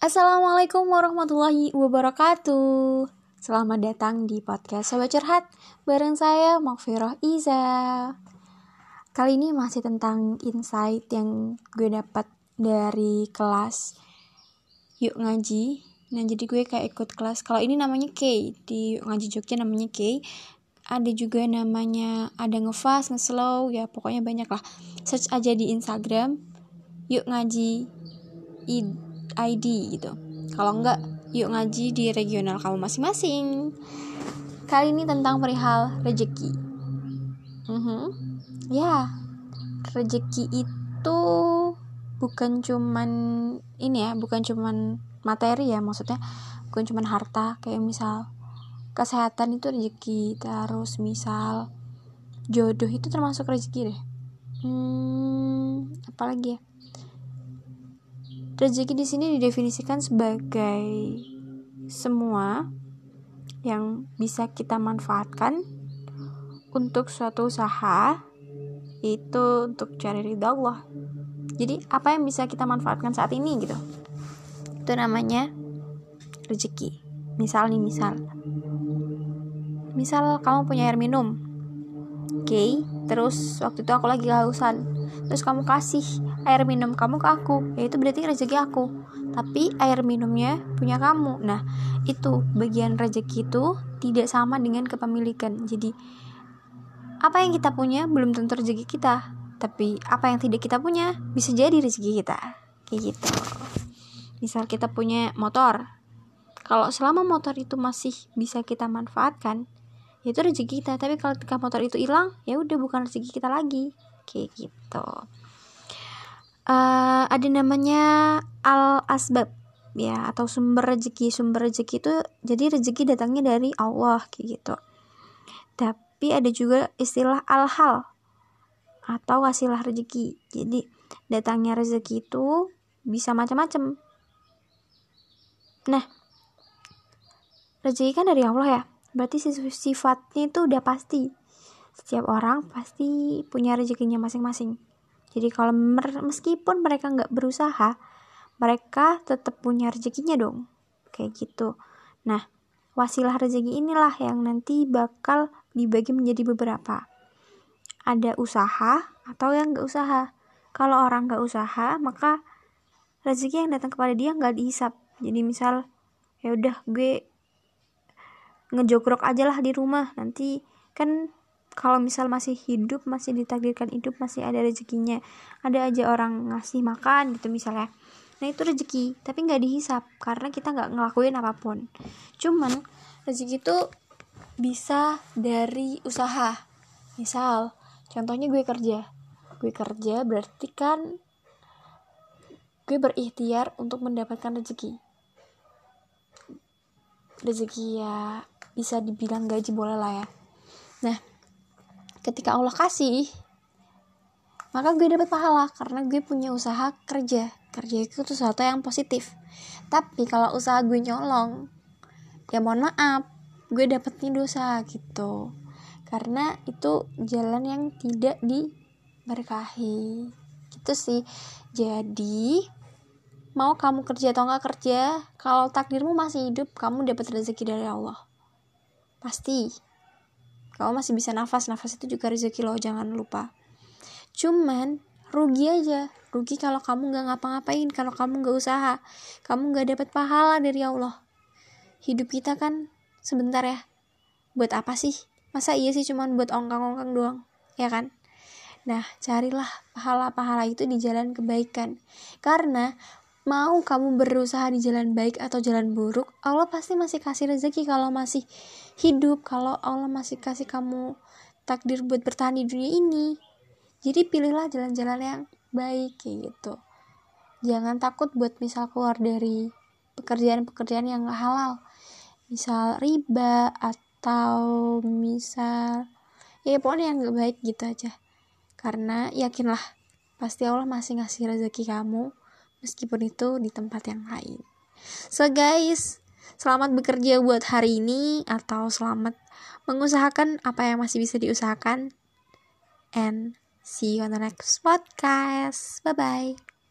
Assalamualaikum warahmatullahi wabarakatuh. Selamat datang di podcast Sobat Curhat bareng saya Makfirah Iza. Kali ini masih tentang insight yang gue dapat dari kelas Yuk Ngaji. Nah, jadi gue kayak ikut kelas. Kalau ini namanya K, di Yuk Ngaji Jogja namanya K. Ada juga namanya, ada ngefast, ngeslow, ya pokoknya banyak lah. Search aja di Instagram Yuk Ngaji ID gitu. Kalau enggak, yuk ngaji di regional kamu masing-masing. Kali ini tentang perihal rezeki. Ya, rezeki itu bukan cuman ini ya, bukan cuman materi ya, maksudnya bukan cuman harta. Kayak misal kesehatan itu rezeki, terus misal jodoh itu termasuk rezeki deh. Apalagi ya? Rezeki di sini didefinisikan sebagai semua yang bisa kita manfaatkan untuk suatu usaha, yaitu untuk cari ridha Allah. Jadi apa yang bisa kita manfaatkan saat ini gitu, itu namanya rezeki. Misal kamu punya air minum, oke, terus waktu itu aku lagi kehausan, terus kamu kasih air minum kamu ke aku, ya itu berarti rezeki aku. Tapi air minumnya punya kamu. Nah, itu bagian rezeki itu tidak sama dengan kepemilikan. Jadi apa yang kita punya belum tentu rezeki kita, tapi apa yang tidak kita punya bisa jadi rezeki kita. Kayak gitu. Misal kita punya motor, kalau selama motor itu masih bisa kita manfaatkan, itu rezeki kita. Tapi kalau ketika motor itu hilang, ya udah bukan rezeki kita lagi. Kayak gitu. Ada namanya al-asbab ya, atau sumber rezeki itu jadi rezeki datangnya dari Allah kayak gitu. Tapi ada juga istilah al-hal atau wasilah rezeki. Jadi datangnya rezeki itu bisa macam-macam. Nah, rezeki kan dari Allah ya, berarti sifatnya itu udah pasti. Setiap orang pasti punya rezekinya masing-masing. Jadi kalau meskipun mereka nggak berusaha, mereka tetap punya rezekinya dong. Kayak gitu. Nah, wasilah rezeki inilah yang nanti bakal dibagi menjadi beberapa. Ada usaha atau yang nggak usaha. Kalau orang nggak usaha, maka rezeki yang datang kepada dia nggak dihisap. Jadi misal, ya udah gue ngejogrok aja lah di rumah. Nanti kan kalau misal masih hidup, masih ditakdirkan hidup, masih ada rezekinya, ada aja orang ngasih makan gitu misalnya. Nah itu rezeki, tapi nggak dihisap karena kita nggak ngelakuin apapun. Cuman rezeki itu bisa dari usaha. Misal, contohnya gue kerja berarti kan gue berikhtiar untuk mendapatkan rezeki ya bisa dibilang gaji boleh lah ya. Nah, ketika Allah kasih, maka gue dapat pahala karena gue punya usaha kerja itu tuh sesuatu yang positif. Tapi kalau usaha gue nyolong, ya mohon maaf, gue dapetnya dosa gitu, karena itu jalan yang tidak diberkahi gitu sih. Jadi mau kamu kerja atau nggak kerja, kalau takdirmu masih hidup, kamu dapat rezeki dari Allah pasti. Kamu masih bisa nafas itu juga rezeki loh, jangan lupa. Cuman rugi kalau kamu gak ngapa-ngapain, kalau kamu gak usaha, kamu gak dapat pahala dari Allah. Hidup kita kan sebentar ya, buat apa sih? Masa iya sih cuman buat ongkang-ongkang doang, ya kan? Nah, carilah pahala-pahala itu di jalan kebaikan. Karena mau kamu berusaha di jalan baik atau jalan buruk, Allah pasti masih kasih rezeki kalau masih hidup, kalau Allah masih kasih kamu takdir buat bertahan di dunia ini. Jadi pilihlah jalan-jalan yang baik kayak gitu. Jangan takut buat misal keluar dari pekerjaan-pekerjaan yang gak halal, misal riba atau misal ya pokoknya yang gak baik gitu aja. Karena yakinlah pasti Allah masih ngasih rezeki kamu, meskipun itu di tempat yang lain. So guys, selamat bekerja buat hari ini, atau selamat mengusahakan apa yang masih bisa diusahakan. And see you on the next podcast. Bye-bye.